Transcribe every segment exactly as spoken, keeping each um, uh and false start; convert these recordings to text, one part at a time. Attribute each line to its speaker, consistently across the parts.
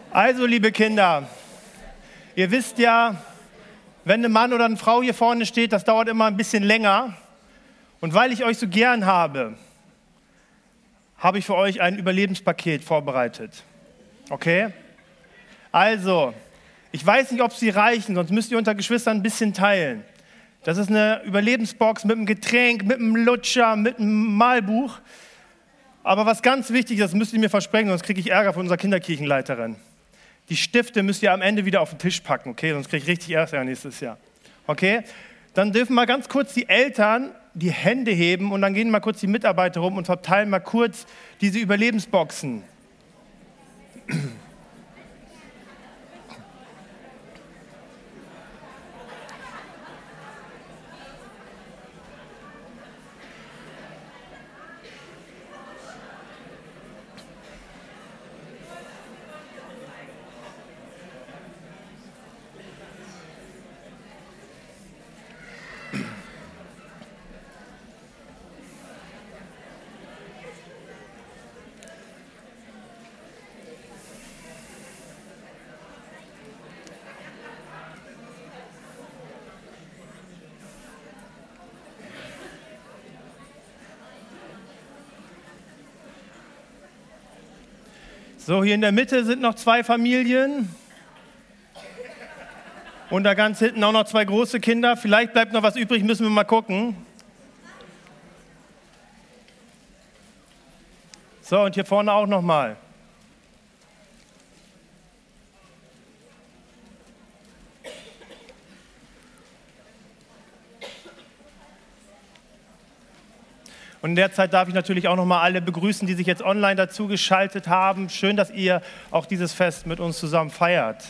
Speaker 1: Also, liebe Kinder, ihr wisst ja, wenn ein Mann oder eine Frau hier vorne steht, das dauert immer ein bisschen länger. Und weil ich euch so gern habe, habe ich für euch ein Überlebenspaket vorbereitet. Okay? Also, ich weiß nicht, ob sie reichen, sonst müsst ihr unter Geschwistern ein bisschen teilen. Das ist eine Überlebensbox mit einem Getränk, mit einem Lutscher, mit einem Malbuch. Aber was ganz wichtig ist, das müsst ihr mir versprechen, sonst kriege ich Ärger von unserer Kinderkirchenleiterin. Die Stifte müsst ihr am Ende wieder auf den Tisch packen, okay? Sonst kriege ich richtig Ärger nächstes Jahr. Okay? Dann dürfen mal ganz kurz die Eltern die Hände heben und dann gehen mal kurz die Mitarbeiter rum und verteilen mal kurz diese Überlebensboxen. So, hier in der Mitte sind noch zwei Familien und da ganz hinten auch noch zwei große Kinder. Vielleicht bleibt noch was übrig, müssen wir mal gucken. So, und hier vorne auch noch mal. Und in der Zeit darf ich natürlich auch noch mal alle begrüßen, die sich jetzt online dazu geschaltet haben. Schön, dass ihr auch dieses Fest mit uns zusammen feiert.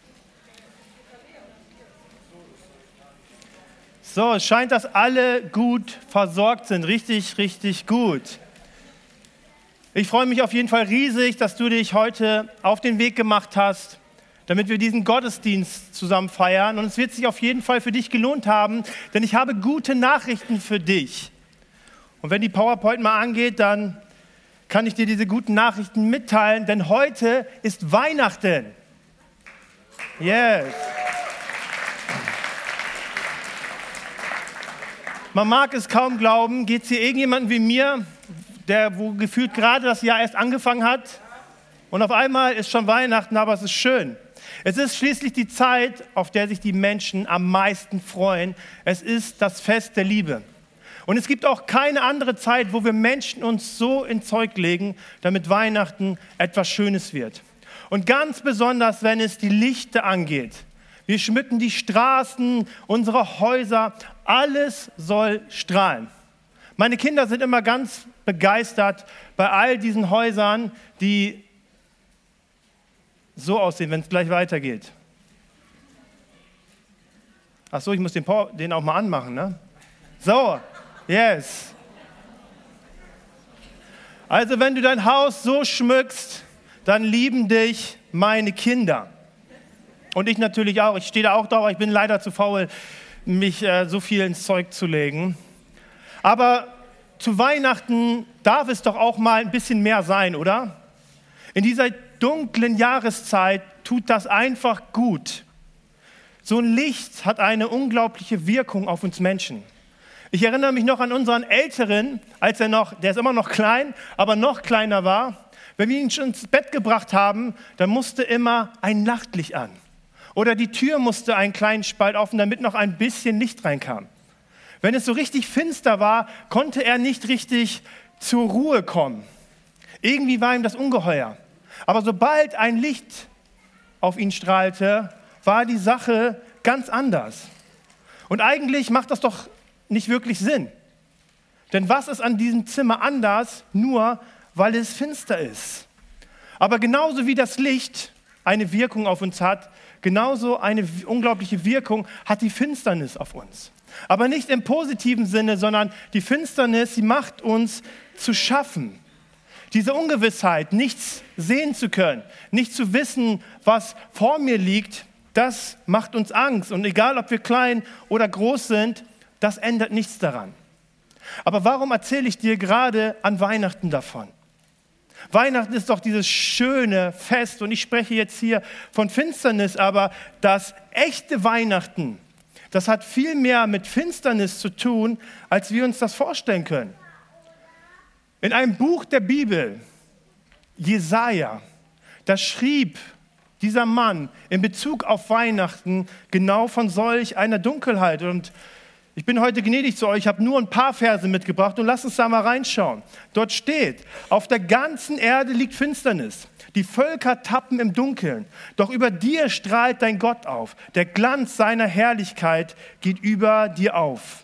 Speaker 1: So, es scheint, dass alle gut versorgt sind. Richtig, richtig gut. Ich freue mich auf jeden Fall riesig, dass du dich heute auf den Weg gemacht hast, damit wir diesen Gottesdienst zusammen feiern. Und es wird sich auf jeden Fall für dich gelohnt haben, denn ich habe gute Nachrichten für dich. Und wenn die PowerPoint mal angeht, dann kann ich dir diese guten Nachrichten mitteilen, denn heute ist Weihnachten. Yes. Man mag es kaum glauben, geht es hier irgendjemandem wie mir, der wo gefühlt gerade das Jahr erst angefangen hat und auf einmal ist schon Weihnachten, aber es ist schön. Es ist schließlich die Zeit, auf der sich die Menschen am meisten freuen. Es ist das Fest der Liebe. Und es gibt auch keine andere Zeit, wo wir Menschen uns so ins Zeug legen, damit Weihnachten etwas Schönes wird. Und ganz besonders, wenn es die Lichter angeht. Wir schmücken die Straßen, unsere Häuser, alles soll strahlen. Meine Kinder sind immer ganz begeistert bei all diesen Häusern, die so aussehen, wenn es gleich weitergeht. Ach so, ich muss den, Power, den auch mal anmachen, ne? So. Yes. Also wenn du dein Haus so schmückst, dann lieben dich meine Kinder. Und ich natürlich auch. Ich stehe da auch drauf, ich bin leider zu faul, mich äh, so viel ins Zeug zu legen. Aber zu Weihnachten darf es doch auch mal ein bisschen mehr sein, oder? In dieser dunklen Jahreszeit tut das einfach gut. So ein Licht hat eine unglaubliche Wirkung auf uns Menschen. Ich erinnere mich noch an unseren Älteren, als er noch, der ist immer noch klein, aber noch kleiner war. Wenn wir ihn schon ins Bett gebracht haben, dann musste immer ein Nachtlicht an. Oder die Tür musste einen kleinen Spalt offen, damit noch ein bisschen Licht reinkam. Wenn es so richtig finster war, konnte er nicht richtig zur Ruhe kommen. Irgendwie war ihm das ungeheuer. Aber sobald ein Licht auf ihn strahlte, war die Sache ganz anders. Und eigentlich macht das doch nicht wirklich Sinn. Denn was ist an diesem Zimmer anders, nur weil es finster ist? Aber genauso wie das Licht eine Wirkung auf uns hat, genauso eine unglaubliche Wirkung hat die Finsternis auf uns. Aber nicht im positiven Sinne, sondern die Finsternis, sie macht uns zu schaffen. Diese Ungewissheit, nichts sehen zu können, nicht zu wissen, was vor mir liegt, das macht uns Angst. Und egal, ob wir klein oder groß sind, das ändert nichts daran. Aber warum erzähle ich dir gerade an Weihnachten davon? Weihnachten ist doch dieses schöne Fest und ich spreche jetzt hier von Finsternis, aber das echte Weihnachten, das hat viel mehr mit Finsternis zu tun, als wir uns das vorstellen können. In einem Buch der Bibel, Jesaja, da schrieb dieser Mann in Bezug auf Weihnachten genau von solch einer Dunkelheit. Und ich bin heute gnädig zu euch, ich habe nur ein paar Verse mitgebracht und lasst uns da mal reinschauen. Dort steht, auf der ganzen Erde liegt Finsternis. Die Völker tappen im Dunkeln. Doch über dir strahlt dein Gott auf. Der Glanz seiner Herrlichkeit geht über dir auf.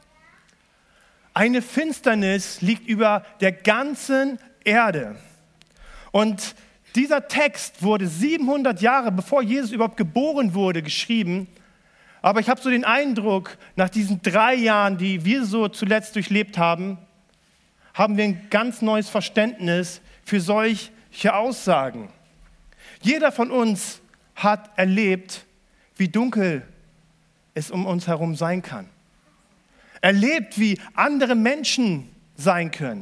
Speaker 1: Eine Finsternis liegt über der ganzen Erde. Und dieser Text wurde siebenhundert Jahre, bevor Jesus überhaupt geboren wurde, geschrieben. Aber ich habe so den Eindruck, nach diesen drei Jahren, die wir so zuletzt durchlebt haben, haben wir ein ganz neues Verständnis für solche Aussagen. Jeder von uns hat erlebt, wie dunkel es um uns herum sein kann. Erlebt, wie andere Menschen sein können.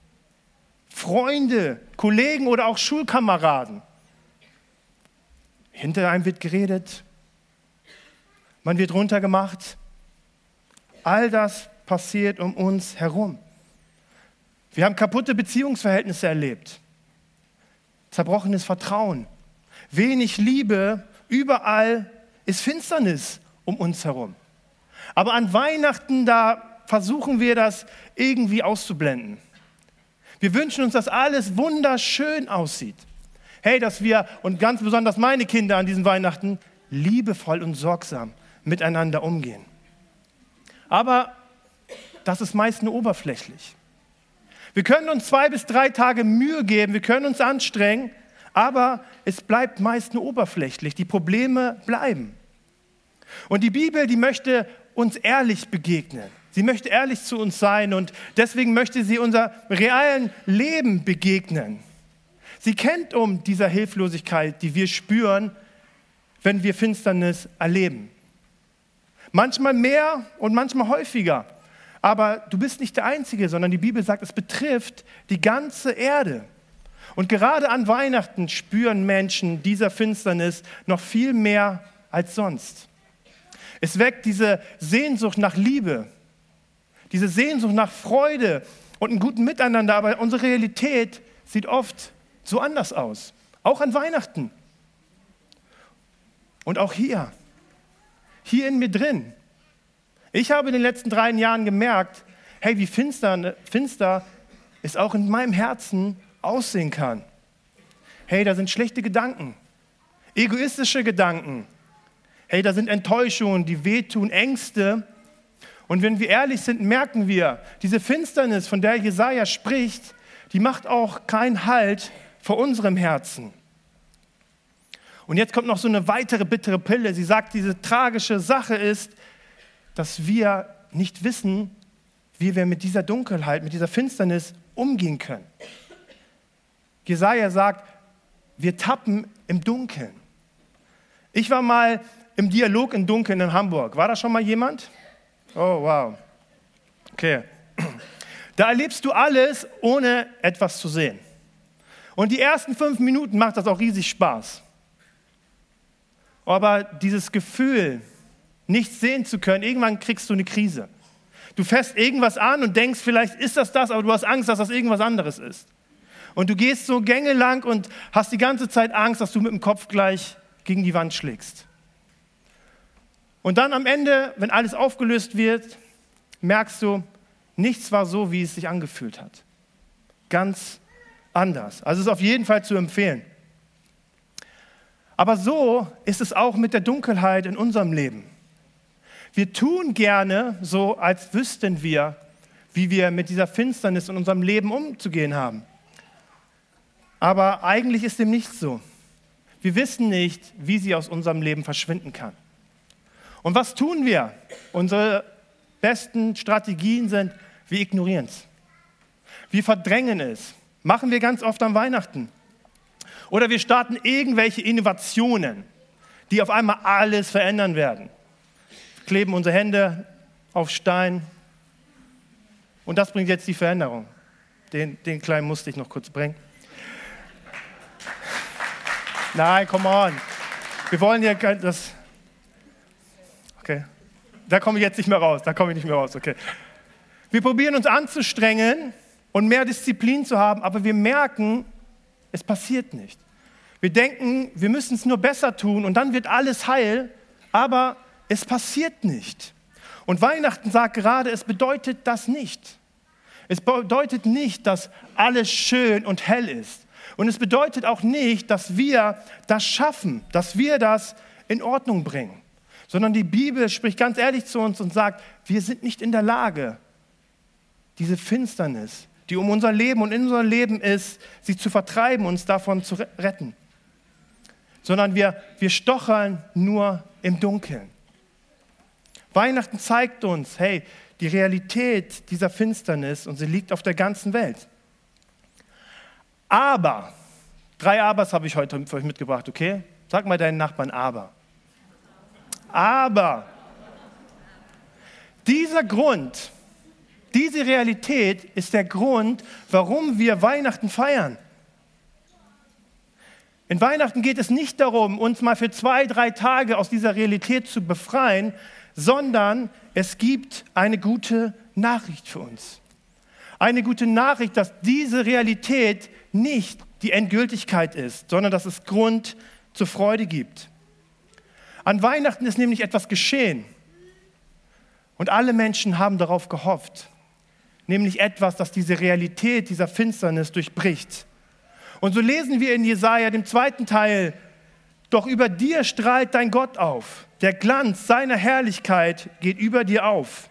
Speaker 1: Freunde, Kollegen oder auch Schulkameraden. Hinter einem wird geredet, man wird runtergemacht. All das passiert um uns herum. Wir haben kaputte Beziehungsverhältnisse erlebt, zerbrochenes Vertrauen, wenig Liebe, überall ist Finsternis um uns herum. Aber an Weihnachten, da versuchen wir das irgendwie auszublenden. Wir wünschen uns, dass alles wunderschön aussieht. Hey, dass wir, und ganz besonders meine Kinder an diesen Weihnachten, liebevoll und sorgsam miteinander umgehen. Aber das ist meist nur oberflächlich. Wir können uns zwei bis drei Tage Mühe geben, wir können uns anstrengen, aber es bleibt meist nur oberflächlich. Die Probleme bleiben. Und die Bibel, die möchte uns ehrlich begegnen. Sie möchte ehrlich zu uns sein und deswegen möchte sie unser realen Leben begegnen. Sie kennt um dieser Hilflosigkeit, die wir spüren, wenn wir Finsternis erleben. Manchmal mehr und manchmal häufiger. Aber du bist nicht der Einzige, sondern die Bibel sagt, es betrifft die ganze Erde. Und gerade an Weihnachten spüren Menschen dieser Finsternis noch viel mehr als sonst. Es weckt diese Sehnsucht nach Liebe, diese Sehnsucht nach Freude und einem guten Miteinander. Aber unsere Realität sieht oft so anders aus, auch an Weihnachten. Und auch hier, hier in mir drin. Ich habe in den letzten drei Jahren gemerkt, hey, wie finster, finster es auch in meinem Herzen aussehen kann. Hey, da sind schlechte Gedanken, egoistische Gedanken. Hey, da sind Enttäuschungen, die wehtun, Ängste. Und wenn wir ehrlich sind, merken wir, diese Finsternis, von der Jesaja spricht, die macht auch keinen Halt vor unserem Herzen. Und jetzt kommt noch so eine weitere bittere Pille. Sie sagt, diese tragische Sache ist, dass wir nicht wissen, wie wir mit dieser Dunkelheit, mit dieser Finsternis umgehen können. Jesaja sagt, wir tappen im Dunkeln. Ich war mal im Dialog im Dunkeln in Hamburg. War da schon mal jemand? Oh, wow. Okay. Da erlebst du alles, ohne etwas zu sehen. Und die ersten fünf Minuten macht das auch riesig Spaß. Aber dieses Gefühl, nichts sehen zu können, irgendwann kriegst du eine Krise. Du fährst irgendwas an und denkst, vielleicht ist das das, aber du hast Angst, dass das irgendwas anderes ist. Und du gehst so Gänge lang und hast die ganze Zeit Angst, dass du mit dem Kopf gleich gegen die Wand schlägst. Und dann am Ende, wenn alles aufgelöst wird, merkst du, nichts war so, wie es sich angefühlt hat. Ganz anders. Also es ist auf jeden Fall zu empfehlen. Aber so ist es auch mit der Dunkelheit in unserem Leben. Wir tun gerne so, als wüssten wir, wie wir mit dieser Finsternis in unserem Leben umzugehen haben. Aber eigentlich ist dem nicht so. Wir wissen nicht, wie sie aus unserem Leben verschwinden kann. Und was tun wir? Unsere besten Strategien sind, wir ignorieren es. Wir verdrängen es. Machen wir ganz oft an Weihnachten. Oder wir starten irgendwelche Innovationen, die auf einmal alles verändern werden. Wir kleben unsere Hände auf Stein und das bringt jetzt die Veränderung. Den, den kleinen musste ich noch kurz bringen. Nein, come on. Wir wollen ja das... Okay, da komme ich jetzt nicht mehr raus, da komme ich nicht mehr raus, okay. Wir probieren uns anzustrengen und mehr Disziplin zu haben, aber wir merken, es passiert nicht. Wir denken, wir müssen es nur besser tun und dann wird alles heil, aber es passiert nicht. Und Weihnachten sagt gerade, es bedeutet das nicht. Es bedeutet nicht, dass alles schön und hell ist. Und es bedeutet auch nicht, dass wir das schaffen, dass wir das in Ordnung bringen. Sondern die Bibel spricht ganz ehrlich zu uns und sagt, wir sind nicht in der Lage, diese Finsternis, die um unser Leben und in unser Leben ist, sie zu vertreiben, uns davon zu retten. Sondern wir, wir stochern nur im Dunkeln. Weihnachten zeigt uns, hey, die Realität dieser Finsternis und sie liegt auf der ganzen Welt. Aber, drei Abers habe ich heute für euch mitgebracht, okay? Sag mal deinen Nachbarn aber. Aber, dieser Grund, diese Realität ist der Grund, warum wir Weihnachten feiern. In Weihnachten geht es nicht darum, uns mal für zwei, drei Tage aus dieser Realität zu befreien, sondern es gibt eine gute Nachricht für uns. Eine gute Nachricht, dass diese Realität nicht die Endgültigkeit ist, sondern dass es Grund zur Freude gibt. An Weihnachten ist nämlich etwas geschehen und alle Menschen haben darauf gehofft, nämlich etwas, das diese Realität dieser Finsternis durchbricht. Und so lesen wir in Jesaja, dem zweiten Teil, doch über dir strahlt dein Gott auf. Der Glanz seiner Herrlichkeit geht über dir auf.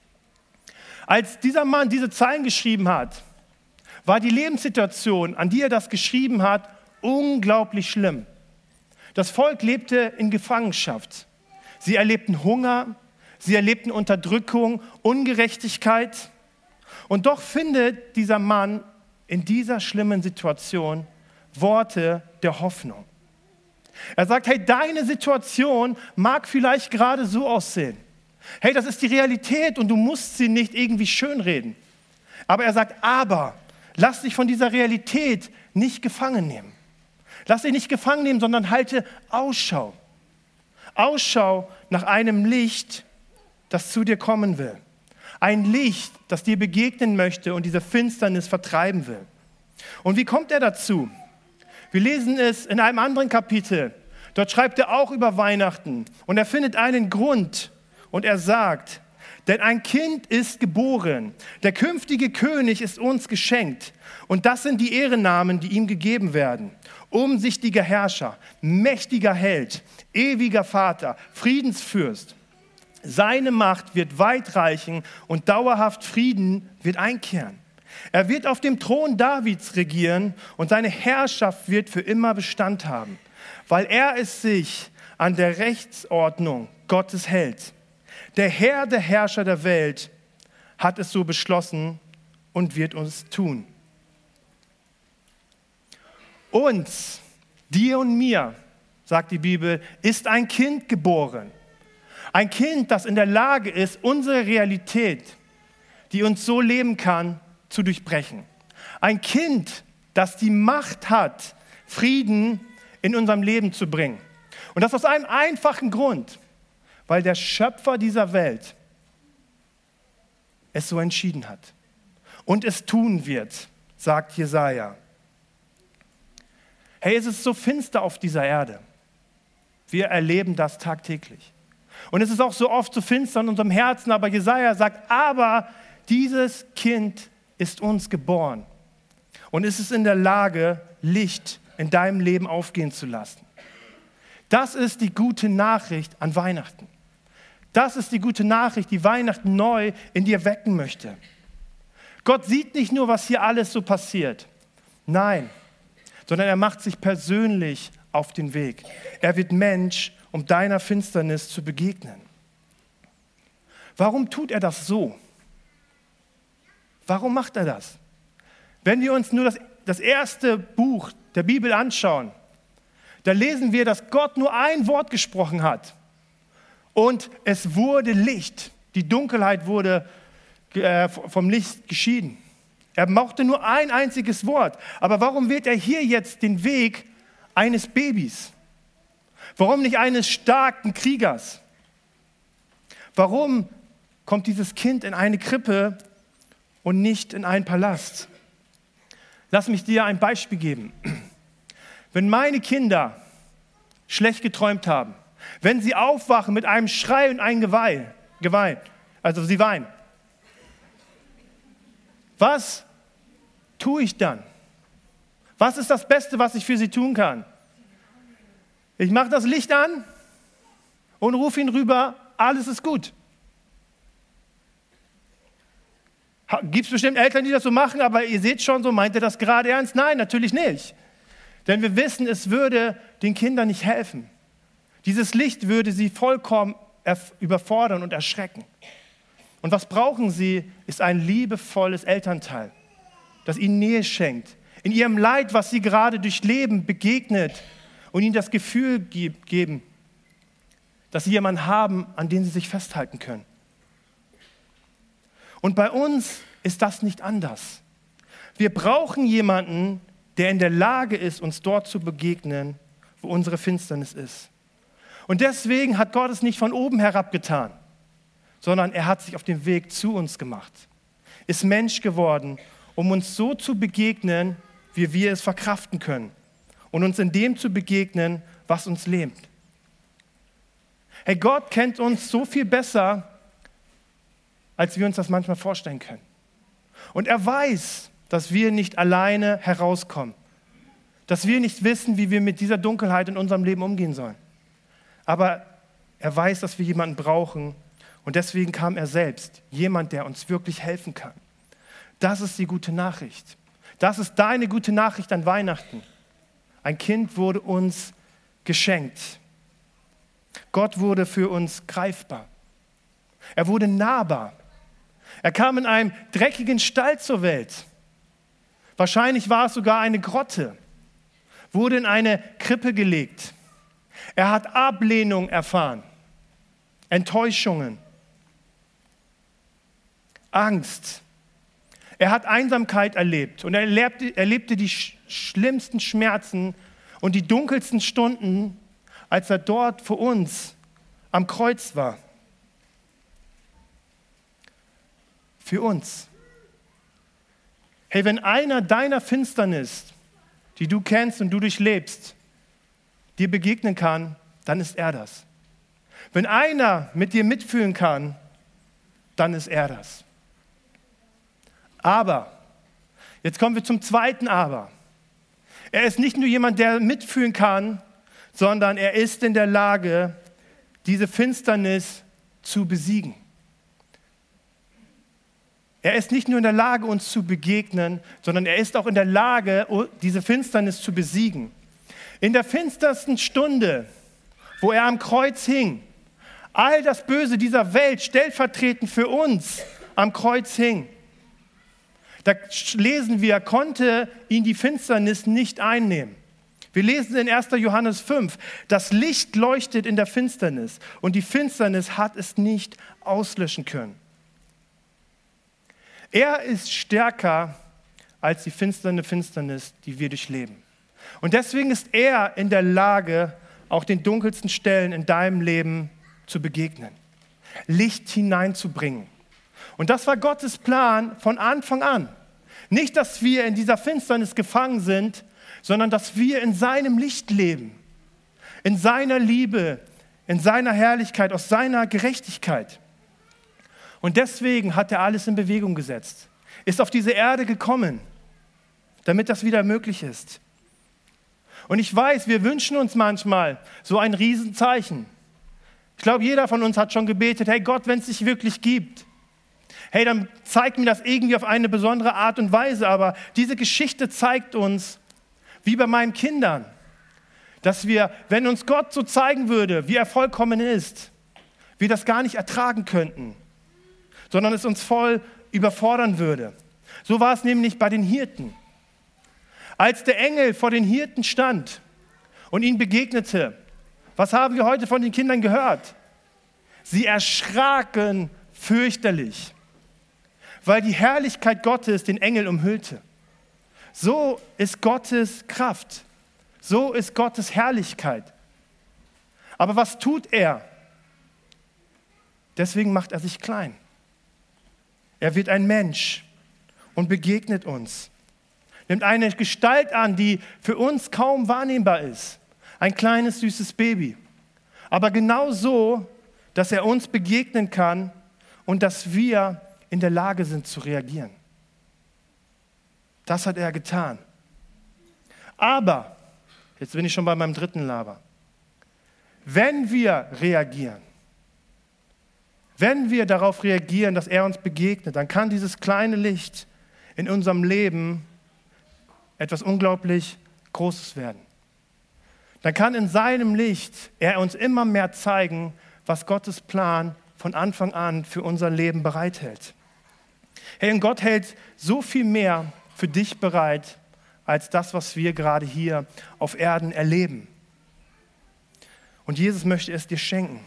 Speaker 1: Als dieser Mann diese Zeilen geschrieben hat, war die Lebenssituation, an die er das geschrieben hat, unglaublich schlimm. Das Volk lebte in Gefangenschaft. Sie erlebten Hunger, sie erlebten Unterdrückung, Ungerechtigkeit. Und doch findet dieser Mann in dieser schlimmen Situation Worte der Hoffnung. Er sagt, hey, deine Situation mag vielleicht gerade so aussehen. Hey, das ist die Realität und du musst sie nicht irgendwie schönreden. Aber er sagt, aber lass dich von dieser Realität nicht gefangen nehmen. Lass dich nicht gefangen nehmen, sondern halte Ausschau. Ausschau nach einem Licht, das zu dir kommen will. Ein Licht, das dir begegnen möchte und diese Finsternis vertreiben will. Und wie kommt er dazu? Wir lesen es in einem anderen Kapitel. Dort schreibt er auch über Weihnachten. Und er findet einen Grund. Und er sagt, denn ein Kind ist geboren. Der künftige König ist uns geschenkt. Und das sind die Ehrennamen, die ihm gegeben werden. Umsichtiger Herrscher, mächtiger Held, ewiger Vater, Friedensfürst. Seine Macht wird weit reichen und dauerhaft Frieden wird einkehren. Er wird auf dem Thron Davids regieren und seine Herrschaft wird für immer Bestand haben, weil er es sich an der Rechtsordnung Gottes hält. Der Herr, der Herrscher der Welt, hat es so beschlossen und wird uns tun. Uns, dir und mir, sagt die Bibel, ist ein Kind geboren. Ein Kind, das in der Lage ist, unsere Realität, die uns so leben kann, zu durchbrechen. Ein Kind, das die Macht hat, Frieden in unserem Leben zu bringen. Und das aus einem einfachen Grund, weil der Schöpfer dieser Welt es so entschieden hat. Und es tun wird, sagt Jesaja. Hey, es ist so finster auf dieser Erde. Wir erleben das tagtäglich. Und es ist auch so oft so finster in unserem Herzen, aber Jesaja sagt, aber dieses Kind ist uns geboren. Und es ist in der Lage, Licht in deinem Leben aufgehen zu lassen. Das ist die gute Nachricht an Weihnachten. Das ist die gute Nachricht, die Weihnachten neu in dir wecken möchte. Gott sieht nicht nur, was hier alles so passiert. Nein, sondern er macht sich persönlich auf den Weg. Er wird Mensch, um deiner Finsternis zu begegnen. Warum tut er das so? Warum macht er das? Wenn wir uns nur das, das erste Buch der Bibel anschauen, da lesen wir, dass Gott nur ein Wort gesprochen hat und es wurde Licht. Die Dunkelheit wurde äh, vom Licht geschieden. Er mochte nur ein einziges Wort. Aber warum wird er hier jetzt den Weg eines Babys? Warum nicht eines starken Kriegers? Warum kommt dieses Kind in eine Krippe und nicht in einen Palast? Lass mich dir ein Beispiel geben. Wenn meine Kinder schlecht geträumt haben, wenn sie aufwachen mit einem Schrei und einem Geweih, Geweih, also sie weinen, was tue ich dann? Was ist das Beste, was ich für sie tun kann? Ich mache das Licht an und rufe ihn rüber, alles ist gut. Gibt es bestimmt Eltern, die das so machen, aber ihr seht schon, so meint er das gerade ernst? Nein, natürlich nicht. Denn wir wissen, es würde den Kindern nicht helfen. Dieses Licht würde sie vollkommen überfordern und erschrecken. Und was brauchen sie, ist ein liebevolles Elternteil, das ihnen Nähe schenkt, in ihrem Leid, was sie gerade durchleben, begegnet und ihnen das Gefühl geben, dass sie jemanden haben, an den sie sich festhalten können. Und bei uns ist das nicht anders. Wir brauchen jemanden, der in der Lage ist, uns dort zu begegnen, wo unsere Finsternis ist. Und deswegen hat Gott es nicht von oben herab getan, sondern er hat sich auf den Weg zu uns gemacht, ist Mensch geworden, um uns so zu begegnen, wie wir es verkraften können und uns in dem zu begegnen, was uns lähmt. Hey, Gott kennt uns so viel besser, als wir uns das manchmal vorstellen können. Und er weiß, dass wir nicht alleine herauskommen, dass wir nicht wissen, wie wir mit dieser Dunkelheit in unserem Leben umgehen sollen. Aber er weiß, dass wir jemanden brauchen und deswegen kam er selbst, jemand, der uns wirklich helfen kann. Das ist die gute Nachricht. Das ist deine gute Nachricht an Weihnachten. Ein Kind wurde uns geschenkt. Gott wurde für uns greifbar. Er wurde nahbar. Er kam in einem dreckigen Stall zur Welt. Wahrscheinlich war es sogar eine Grotte. Wurde in eine Krippe gelegt. Er hat Ablehnung erfahren, Enttäuschungen, Angst. Er hat Einsamkeit erlebt und er erlebte, erlebte die sch- schlimmsten Schmerzen und die dunkelsten Stunden, als er dort für uns am Kreuz war. Für uns. Hey, wenn einer deiner Finsternis, die du kennst und du durchlebst, dir begegnen kann, dann ist er das. Wenn einer mit dir mitfühlen kann, dann ist er das. Aber, jetzt kommen wir zum zweiten Aber. Er ist nicht nur jemand, der mitfühlen kann, sondern er ist in der Lage, diese Finsternis zu besiegen. Er ist nicht nur in der Lage, uns zu begegnen, sondern er ist auch in der Lage, diese Finsternis zu besiegen. In der finstersten Stunde, wo er am Kreuz hing, all das Böse dieser Welt stellvertretend für uns am Kreuz hing, da lesen wir, konnte ihn die Finsternis nicht einnehmen. Wir lesen in erster Johannes fünf, das Licht leuchtet in der Finsternis und die Finsternis hat es nicht auslöschen können. Er ist stärker als die finsterne Finsternis, die wir durchleben. Und deswegen ist er in der Lage, auch den dunkelsten Stellen in deinem Leben zu begegnen, Licht hineinzubringen. Und das war Gottes Plan von Anfang an. Nicht, dass wir in dieser Finsternis gefangen sind, sondern dass wir in seinem Licht leben, in seiner Liebe, in seiner Herrlichkeit, aus seiner Gerechtigkeit. Und deswegen hat er alles in Bewegung gesetzt, ist auf diese Erde gekommen, damit das wieder möglich ist. Und ich weiß, wir wünschen uns manchmal so ein Riesenzeichen. Ich glaube, jeder von uns hat schon gebetet, hey Gott, wenn es dich wirklich gibt, hey, dann zeig mir das irgendwie auf eine besondere Art und Weise. Aber diese Geschichte zeigt uns, wie bei meinen Kindern, dass wir, wenn uns Gott so zeigen würde, wie er vollkommen ist, wir das gar nicht ertragen könnten, sondern es uns voll überfordern würde. So war es nämlich bei den Hirten. Als der Engel vor den Hirten stand und ihnen begegnete, was haben wir heute von den Kindern gehört? Sie erschraken fürchterlich, weil die Herrlichkeit Gottes den Engel umhüllte. So ist Gottes Kraft. So ist Gottes Herrlichkeit. Aber was tut er? Deswegen macht er sich klein. Er wird ein Mensch und begegnet uns. Nimmt eine Gestalt an, die für uns kaum wahrnehmbar ist. Ein kleines, süßes Baby. Aber genau so, dass er uns begegnen kann und dass wir in der Lage sind zu reagieren. Das hat er getan. Aber, jetzt bin ich schon bei meinem dritten Laber, wenn wir reagieren, wenn wir darauf reagieren, dass er uns begegnet, dann kann dieses kleine Licht in unserem Leben etwas unglaublich Großes werden. Dann kann in seinem Licht er uns immer mehr zeigen, was Gottes Plan von Anfang an für unser Leben bereithält. Hey, und Gott hält so viel mehr für dich bereit, als das, was wir gerade hier auf Erden erleben. Und Jesus möchte es dir schenken.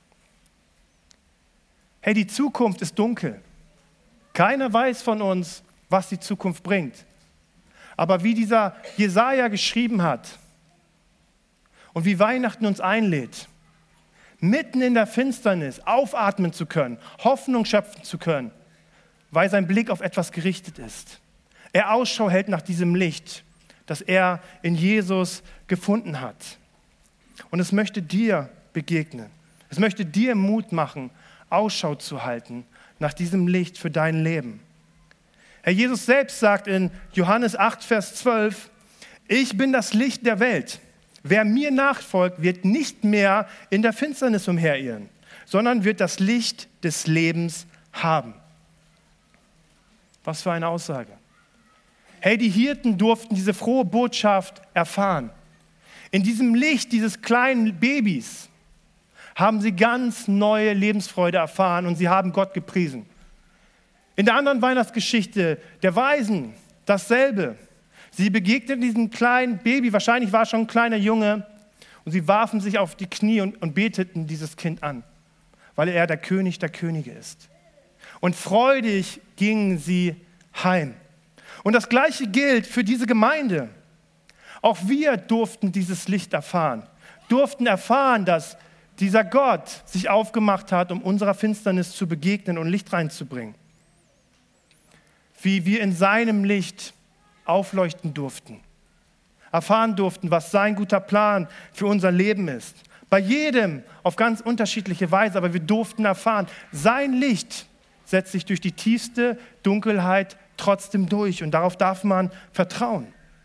Speaker 1: Hey, die Zukunft ist dunkel. Keiner weiß von uns, was die Zukunft bringt. Aber wie dieser Jesaja geschrieben hat und wie Weihnachten uns einlädt, mitten in der Finsternis aufatmen zu können, Hoffnung schöpfen zu können, weil sein Blick auf etwas gerichtet ist. Er Ausschau hält nach diesem Licht, das er in Jesus gefunden hat. Und es möchte dir begegnen. Es möchte dir Mut machen, Ausschau zu halten nach diesem Licht für dein Leben. Herr Jesus selbst sagt in Johannes acht, Vers zwölf, ich bin das Licht der Welt. Wer mir nachfolgt, wird nicht mehr in der Finsternis umherirren, sondern wird das Licht des Lebens haben. Was für eine Aussage. Hey, die Hirten durften diese frohe Botschaft erfahren. In diesem Licht dieses kleinen Babys haben sie ganz neue Lebensfreude erfahren und sie haben Gott gepriesen. In der anderen Weihnachtsgeschichte der Weisen dasselbe. Sie begegneten diesem kleinen Baby, wahrscheinlich war es schon ein kleiner Junge, und sie warfen sich auf die Knie und, und beteten dieses Kind an, weil er der König der Könige ist. Und freudig gingen sie heim. Und das Gleiche gilt für diese Gemeinde. Auch wir durften dieses Licht erfahren, durften erfahren, dass dieser Gott sich aufgemacht hat, um unserer Finsternis zu begegnen und Licht reinzubringen. Wie wir in seinem Licht aufleuchten durften, erfahren durften, was sein guter Plan für unser Leben ist. Bei jedem auf ganz unterschiedliche Weise, aber wir durften erfahren, sein Licht setzt sich durch die tiefste Dunkelheit trotzdem durch und darauf darf man vertrauen.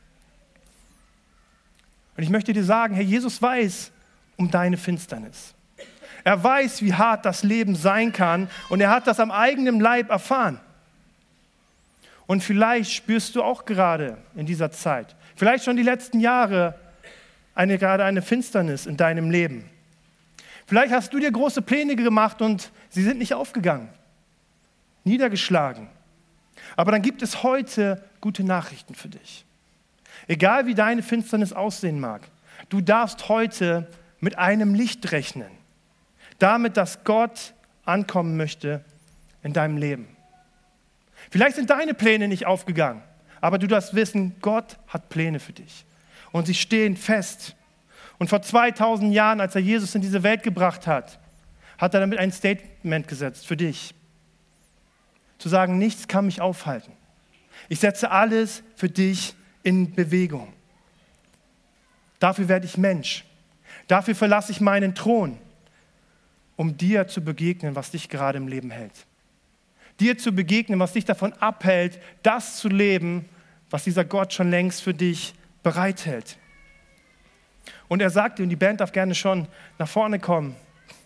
Speaker 1: Und ich möchte dir sagen, Herr Jesus weiß um deine Finsternis. Er weiß, wie hart das Leben sein kann und er hat das am eigenen Leib erfahren. Und vielleicht spürst du auch gerade in dieser Zeit, vielleicht schon die letzten Jahre, eine, gerade eine Finsternis in deinem Leben. Vielleicht hast du dir große Pläne gemacht und sie sind nicht aufgegangen, niedergeschlagen. Aber dann gibt es heute gute Nachrichten für dich. Egal wie deine Finsternis aussehen mag, du darfst heute mit einem Licht rechnen. Damit, dass Gott ankommen möchte in deinem Leben. Vielleicht sind deine Pläne nicht aufgegangen, aber du darfst wissen, Gott hat Pläne für dich. Und sie stehen fest. Und vor zweitausend Jahren, als er Jesus in diese Welt gebracht hat, hat er damit ein Statement gesetzt für dich. Zu sagen, nichts kann mich aufhalten. Ich setze alles für dich in Bewegung. Dafür werde ich Mensch. Dafür verlasse ich meinen Thron, um dir zu begegnen, was dich gerade im Leben hält. Dir zu begegnen, was dich davon abhält, das zu leben, was dieser Gott schon längst für dich bereithält. Und er sagt dir, und die Band darf gerne schon nach vorne kommen,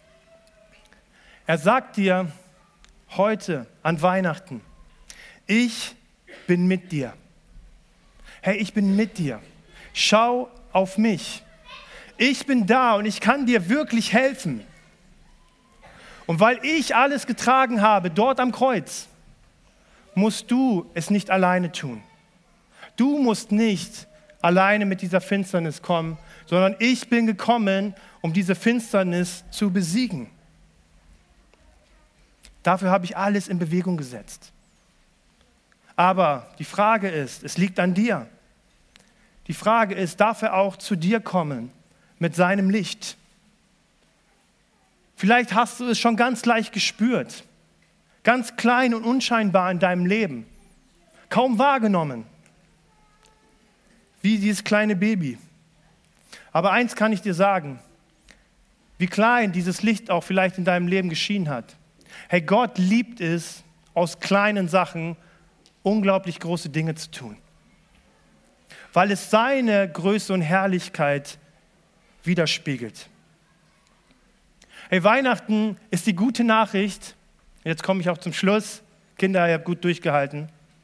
Speaker 1: er sagt dir heute an Weihnachten, ich bin mit dir. Hey, ich bin mit dir. Schau auf mich. Ich bin da und ich kann dir wirklich helfen. Und weil ich alles getragen habe, dort am Kreuz, musst du es nicht alleine tun. Du musst nicht alleine mit dieser Finsternis kommen, sondern ich bin gekommen, um diese Finsternis zu besiegen. Dafür habe ich alles in Bewegung gesetzt. Aber die Frage ist, es liegt an dir. Die Frage ist, darf er auch zu dir kommen mit seinem Licht? Vielleicht hast du es schon ganz leicht gespürt, ganz klein und unscheinbar in deinem Leben, kaum wahrgenommen, wie dieses kleine Baby. Aber eins kann ich dir sagen, wie klein dieses Licht auch vielleicht in deinem Leben geschienen hat. Hey, Gott liebt es, aus kleinen Sachen unglaublich große Dinge zu tun, weil es seine Größe und Herrlichkeit widerspiegelt. Hey, Weihnachten ist die gute Nachricht. Jetzt komme ich auch zum Schluss. Kinder, ihr habt gut durchgehalten.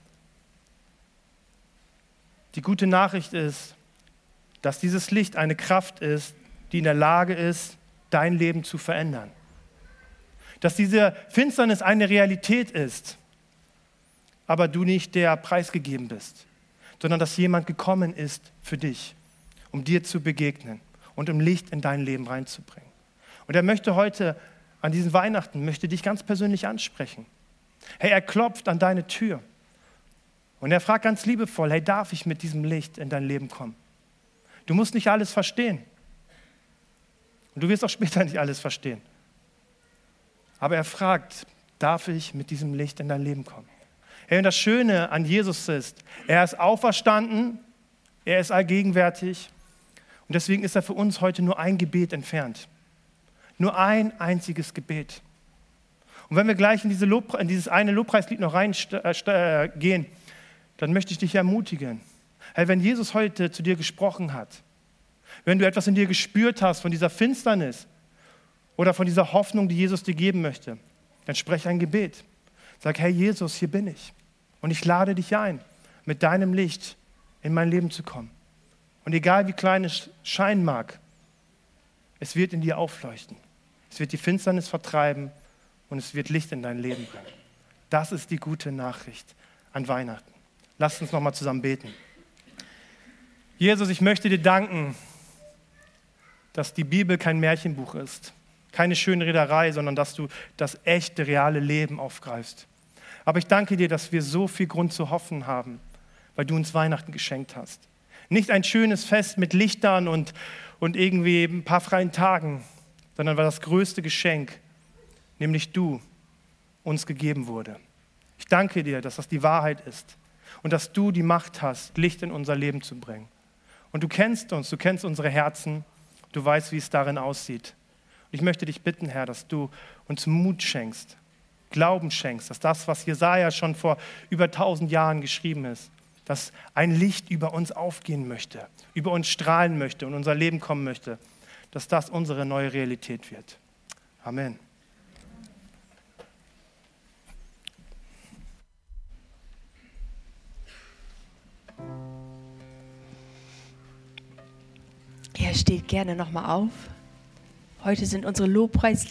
Speaker 1: Die gute Nachricht ist, dass dieses Licht eine Kraft ist, die in der Lage ist, dein Leben zu verändern. Dass diese Finsternis eine Realität ist, aber du nicht der preisgegeben bist, sondern dass jemand gekommen ist für dich, um dir zu begegnen und um Licht in dein Leben reinzubringen. Und er möchte heute an diesen Weihnachten, möchte dich ganz persönlich ansprechen. Hey, er klopft an deine Tür und er fragt ganz liebevoll, hey, darf ich mit diesem Licht in dein Leben kommen? Du musst nicht alles verstehen. Und du wirst auch später nicht alles verstehen. Aber er fragt, darf ich mit diesem Licht in dein Leben kommen? Hey, und das Schöne an Jesus ist, er ist auferstanden, er ist allgegenwärtig und deswegen ist er für uns heute nur ein Gebet entfernt. Nur ein einziges Gebet. Und wenn wir gleich in, diese Lob, in dieses eine Lobpreislied noch reingehen, dann möchte ich dich ermutigen. Hey, wenn Jesus heute zu dir gesprochen hat, wenn du etwas in dir gespürt hast von dieser Finsternis oder von dieser Hoffnung, die Jesus dir geben möchte, dann sprech ein Gebet. Sag, hey Jesus, hier bin ich und ich lade dich ein, mit deinem Licht in mein Leben zu kommen. Und egal wie klein es scheinen mag, es wird in dir aufleuchten. Es wird die Finsternis vertreiben und es wird Licht in dein Leben bringen. Das ist die gute Nachricht an Weihnachten. Lasst uns nochmal zusammen beten. Jesus, ich möchte dir danken, dass die Bibel kein Märchenbuch ist, keine Schönrederei, sondern dass du das echte, reale Leben aufgreifst. Aber ich danke dir, dass wir so viel Grund zu hoffen haben, weil du uns Weihnachten geschenkt hast. Nicht ein schönes Fest mit Lichtern und, und irgendwie ein paar freien Tagen, sondern weil das größte Geschenk, nämlich du, uns gegeben wurde. Ich danke dir, dass das die Wahrheit ist und dass du die Macht hast, Licht in unser Leben zu bringen. Und du kennst uns, du kennst unsere Herzen, du weißt, wie es darin aussieht. Und ich möchte dich bitten, Herr, dass du uns Mut schenkst, Glauben schenkst, dass das, was Jesaja schon vor über tausend Jahren geschrieben ist, dass ein Licht über uns aufgehen möchte, über uns strahlen möchte und unser Leben kommen möchte, dass das unsere neue Realität wird. Amen.
Speaker 2: Er steht gerne nochmal auf. Heute sind unsere Lobpreis